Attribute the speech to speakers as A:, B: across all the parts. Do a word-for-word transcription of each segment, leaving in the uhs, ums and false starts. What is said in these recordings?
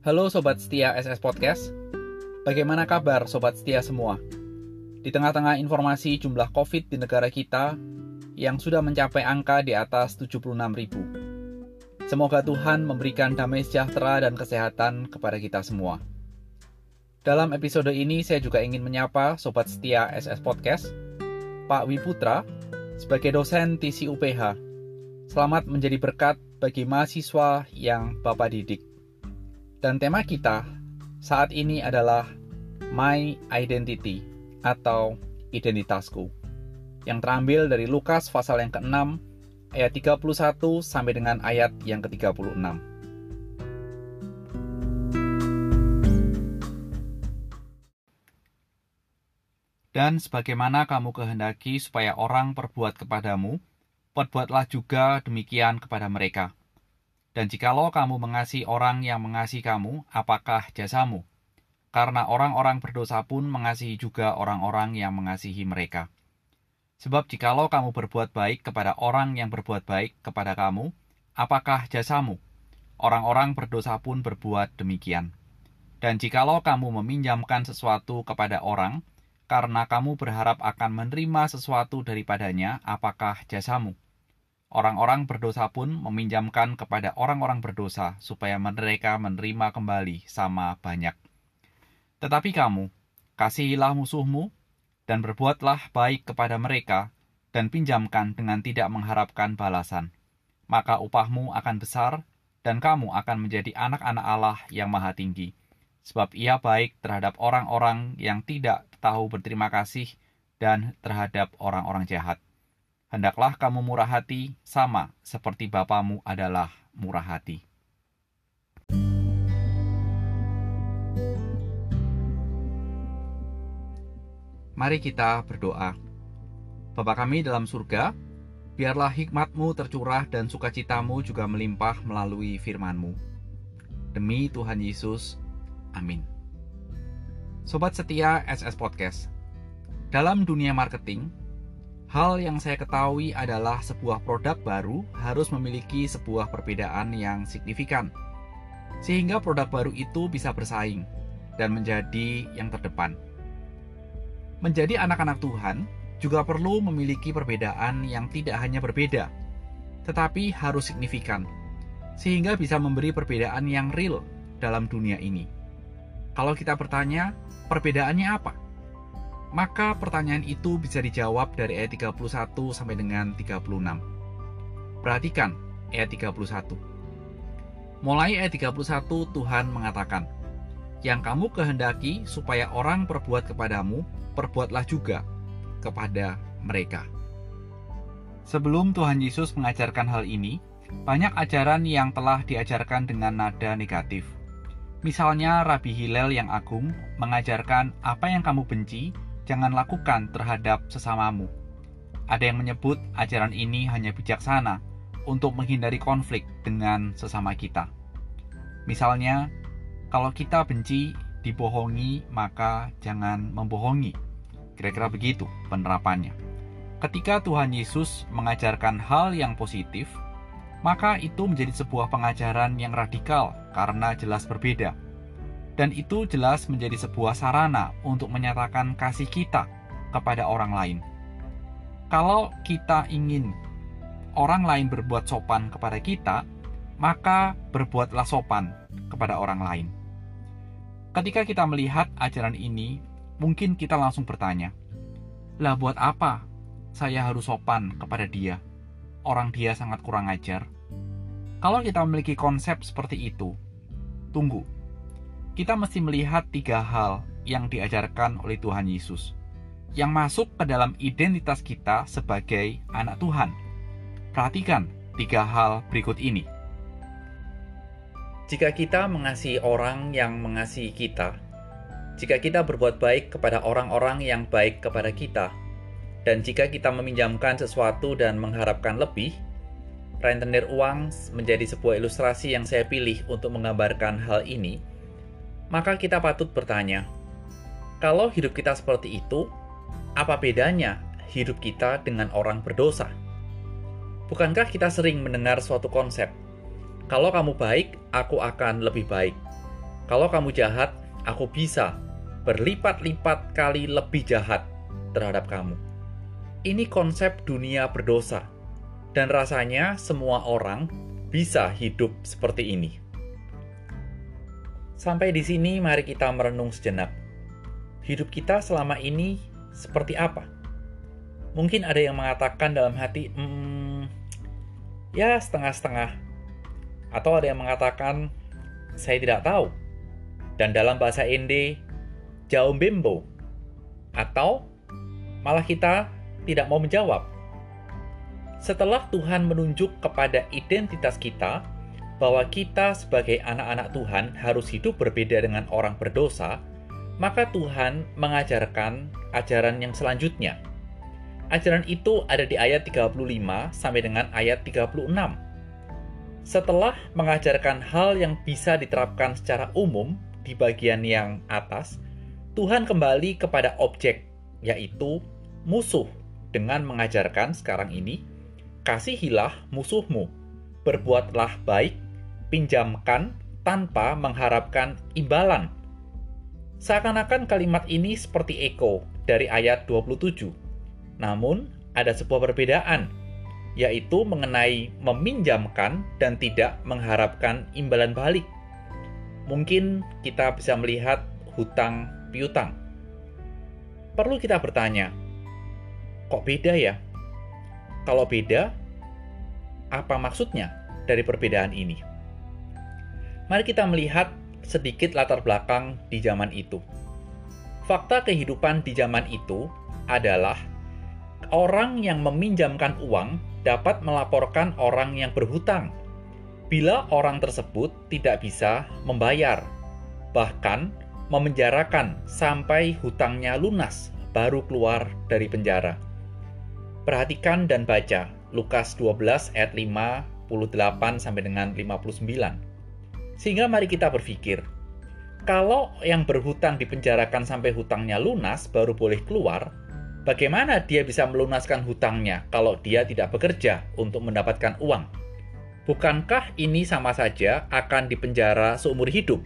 A: Halo Sobat Setia S S Podcast, bagaimana kabar Sobat Setia semua? Di tengah-tengah informasi jumlah COVID di negara kita yang sudah mencapai angka di atas tujuh puluh enam ribu. Semoga Tuhan memberikan damai sejahtera dan kesehatan kepada kita semua. Dalam episode ini saya juga ingin menyapa Sobat Setia S S Podcast, Pak Wiputra, sebagai dosen T C U P H. Selamat menjadi berkat bagi mahasiswa yang Bapak didik. Dan tema kita saat ini adalah My Identity atau Identitasku, yang terambil dari Lukas pasal yang keenam ayat tiga puluh satu sampai dengan ayat yang ke tiga puluh enam. Dan sebagaimana kamu kehendaki supaya orang perbuat kepadamu, perbuatlah juga demikian kepada mereka. Dan jikalau kamu mengasihi orang yang mengasihi kamu, apakah jasamu? Karena orang-orang berdosa pun mengasihi juga orang-orang yang mengasihi mereka. Sebab jikalau kamu berbuat baik kepada orang yang berbuat baik kepada kamu, apakah jasamu? Orang-orang berdosa pun berbuat demikian. Dan jikalau kamu meminjamkan sesuatu kepada orang, karena kamu berharap akan menerima sesuatu daripadanya, apakah jasamu? Orang-orang berdosa pun meminjamkan kepada orang-orang berdosa, supaya mereka menerima kembali sama banyak. Tetapi kamu, kasihilah musuhmu, dan berbuatlah baik kepada mereka, dan pinjamkan dengan tidak mengharapkan balasan. Maka upahmu akan besar, dan kamu akan menjadi anak-anak Allah yang maha tinggi. Sebab ia baik terhadap orang-orang yang tidak tahu berterima kasih, dan terhadap orang-orang jahat. Hendaklah kamu murah hati, sama seperti Bapamu adalah murah hati. Mari kita berdoa. Bapa kami dalam surga, biarlah hikmat-Mu tercurah dan sukacita-Mu juga melimpah melalui firman-Mu. Demi Tuhan Yesus, amin. Sobat setia S S Podcast, dalam dunia marketing, hal yang saya ketahui adalah sebuah produk baru harus memiliki sebuah perbedaan yang signifikan, sehingga produk baru itu bisa bersaing dan menjadi yang terdepan. Menjadi anak-anak Tuhan juga perlu memiliki perbedaan yang tidak hanya berbeda, tetapi harus signifikan, sehingga bisa memberi perbedaan yang real dalam dunia ini. Kalau kita bertanya, perbedaannya apa? Maka pertanyaan itu bisa dijawab dari ayat tiga puluh satu sampai dengan tiga puluh enam. Perhatikan ayat tiga puluh satu. Mulai ayat tiga puluh satu Tuhan mengatakan, "Yang kamu kehendaki supaya orang perbuat kepadamu, perbuatlah juga kepada mereka." Sebelum Tuhan Yesus mengajarkan hal ini, banyak ajaran yang telah diajarkan dengan nada negatif. Misalnya Rabi Hillel yang agung mengajarkan apa yang kamu benci, jangan lakukan terhadap sesamamu. Ada yang menyebut ajaran ini hanya bijaksana untuk menghindari konflik dengan sesama kita. Misalnya, kalau kita benci dibohongi, maka jangan membohongi. Kira-kira begitu penerapannya. Ketika Tuhan Yesus mengajarkan hal yang positif, maka itu menjadi sebuah pengajaran yang radikal karena jelas berbeda. Dan itu jelas menjadi sebuah sarana untuk menyatakan kasih kita kepada orang lain. Kalau kita ingin orang lain berbuat sopan kepada kita, maka berbuatlah sopan kepada orang lain. Ketika kita melihat ajaran ini, mungkin kita langsung bertanya, "Lah buat apa saya harus sopan kepada dia? Orang dia sangat kurang ajar." Kalau kita memiliki konsep seperti itu, tunggu. Kita mesti melihat tiga hal yang diajarkan oleh Tuhan Yesus, yang masuk ke dalam identitas kita sebagai anak Tuhan. Perhatikan tiga hal berikut ini. Jika kita mengasihi orang yang mengasihi kita, jika kita berbuat baik kepada orang-orang yang baik kepada kita, dan jika kita meminjamkan sesuatu dan mengharapkan lebih, rentenir uang menjadi sebuah ilustrasi yang saya pilih untuk menggambarkan hal ini. Maka kita patut bertanya, kalau hidup kita seperti itu, apa bedanya hidup kita dengan orang berdosa? Bukankah kita sering mendengar suatu konsep, kalau kamu baik, aku akan lebih baik. Kalau kamu jahat, aku bisa berlipat-lipat kali lebih jahat terhadap kamu. Ini konsep dunia berdosa, dan rasanya semua orang bisa hidup seperti ini. Sampai di sini mari kita merenung sejenak. Hidup kita selama ini seperti apa? Mungkin ada yang mengatakan dalam hati, hmm, ya setengah-setengah. Atau ada yang mengatakan, saya tidak tahu. Dan dalam bahasa Ende, jauh bembo. Atau malah kita tidak mau menjawab. Setelah Tuhan menunjuk kepada identitas kita, bahwa kita sebagai anak-anak Tuhan harus hidup berbeda dengan orang berdosa, maka Tuhan mengajarkan ajaran yang selanjutnya. Ajaran itu ada di ayat tiga puluh lima sampai dengan ayat tiga puluh enam. Setelah mengajarkan hal yang bisa diterapkan secara umum di bagian yang atas, Tuhan kembali kepada objek, yaitu musuh, dengan mengajarkan sekarang ini, kasihilah musuhmu, berbuatlah baik, pinjamkan tanpa mengharapkan imbalan. Seakan-akan kalimat ini seperti eko dari ayat dua puluh tujuh. Namun, ada sebuah perbedaan, yaitu mengenai meminjamkan dan tidak mengharapkan imbalan balik. Mungkin kita bisa melihat hutang piutang. Perlu kita bertanya, kok beda ya? Kalau beda, apa maksudnya dari perbedaan ini? Mari kita melihat sedikit latar belakang di zaman itu. Fakta kehidupan di zaman itu adalah orang yang meminjamkan uang dapat melaporkan orang yang berhutang bila orang tersebut tidak bisa membayar, bahkan memenjarakan sampai hutangnya lunas baru keluar dari penjara. Perhatikan dan baca Lukas dua belas ayat lima puluh delapan sampai dengan lima puluh sembilan. Sehingga mari kita berpikir, kalau yang berhutang dipenjarakan sampai hutangnya lunas baru boleh keluar, bagaimana dia bisa melunaskan hutangnya kalau dia tidak bekerja untuk mendapatkan uang? Bukankah ini sama saja akan dipenjara seumur hidup?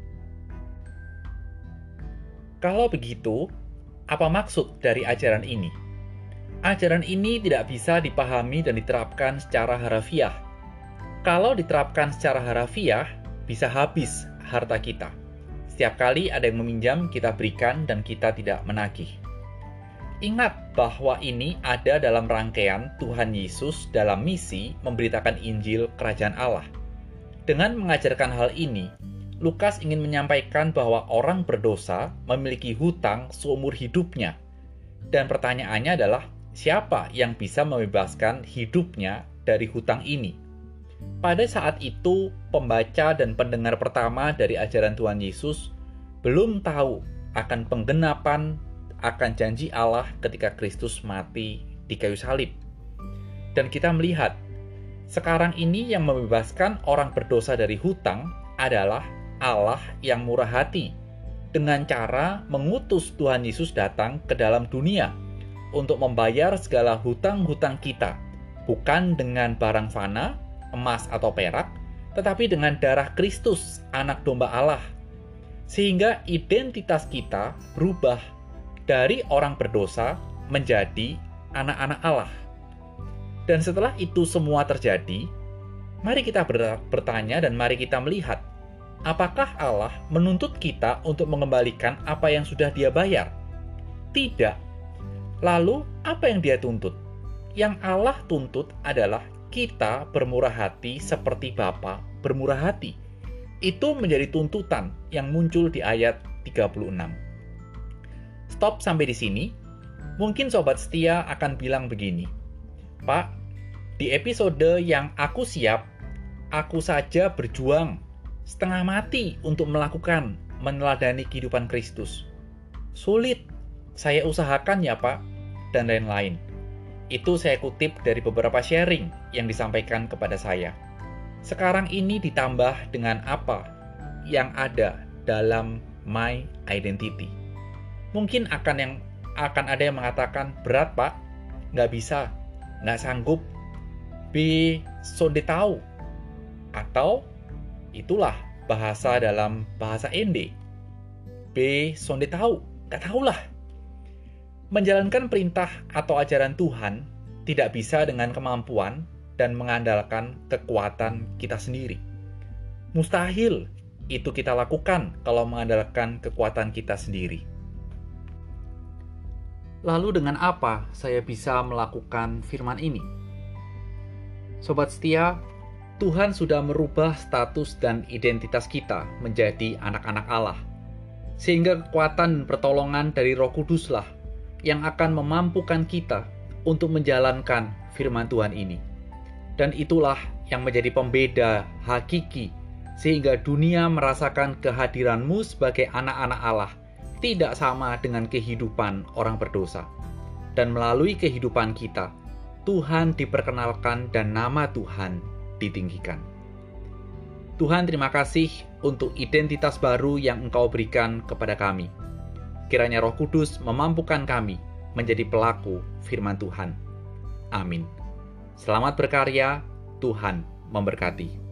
A: Kalau begitu, apa maksud dari ajaran ini? Ajaran ini tidak bisa dipahami dan diterapkan secara harafiah. Kalau diterapkan secara harafiah, bisa habis harta kita. Setiap kali ada yang meminjam, kita berikan dan kita tidak menagih. Ingat bahwa ini ada dalam rangkaian Tuhan Yesus dalam misi memberitakan Injil Kerajaan Allah. Dengan mengajarkan hal ini, Lukas ingin menyampaikan bahwa orang berdosa memiliki hutang seumur hidupnya. Dan pertanyaannya adalah, siapa yang bisa membebaskan hidupnya dari hutang ini? Pada saat itu, pembaca dan pendengar pertama dari ajaran Tuhan Yesus belum tahu akan penggenapan akan janji Allah ketika Kristus mati di kayu salib. Dan kita melihat, sekarang ini yang membebaskan orang berdosa dari hutang adalah Allah yang murah hati, dengan cara mengutus Tuhan Yesus datang ke dalam dunia untuk membayar segala hutang-hutang kita, bukan dengan barang fana, emas atau perak, tetapi dengan darah Kristus, anak domba Allah. Sehingga identitas kita berubah dari orang berdosa menjadi anak-anak Allah. Dan setelah itu semua terjadi, mari kita bertanya dan mari kita melihat, apakah Allah menuntut kita untuk mengembalikan apa yang sudah Dia bayar? Tidak. Lalu, apa yang Dia tuntut? Yang Allah tuntut adalah kita bermurah hati seperti Bapa bermurah hati. Itu menjadi tuntutan yang muncul di ayat tiga puluh enam. Stop sampai di sini. Mungkin sobat setia akan bilang begini, Pak, di episode yang aku siap, aku saja berjuang setengah mati untuk melakukan meneladani kehidupan Kristus. Sulit, saya usahakan ya Pak, dan lain-lain. Itu saya kutip dari beberapa sharing yang disampaikan kepada saya. Sekarang ini ditambah dengan apa yang ada dalam my identity. Mungkin akan yang akan ada yang mengatakan, berat Pak, nggak bisa, nggak sanggup, B, sonde tahu, atau itulah bahasa dalam bahasa Ende. B. Sonde tahu, gak tahulah. Menjalankan perintah atau ajaran Tuhan tidak bisa dengan kemampuan dan mengandalkan kekuatan kita sendiri. Mustahil itu kita lakukan kalau mengandalkan kekuatan kita sendiri. Lalu dengan apa saya bisa melakukan firman ini? Sobat setia, Tuhan sudah merubah status dan identitas kita menjadi anak-anak Allah. Sehingga kekuatan dan pertolongan dari Roh Kuduslah yang akan memampukan kita untuk menjalankan firman Tuhan ini. Dan itulah yang menjadi pembeda hakiki, sehingga dunia merasakan kehadiranmu sebagai anak-anak Allah tidak sama dengan kehidupan orang berdosa. Dan melalui kehidupan kita, Tuhan diperkenalkan dan nama Tuhan ditinggikan. Tuhan, terima kasih untuk identitas baru yang Engkau berikan kepada kami. Kiranya Roh Kudus memampukan kami menjadi pelaku firman Tuhan. Amin. Selamat berkarya, Tuhan memberkati.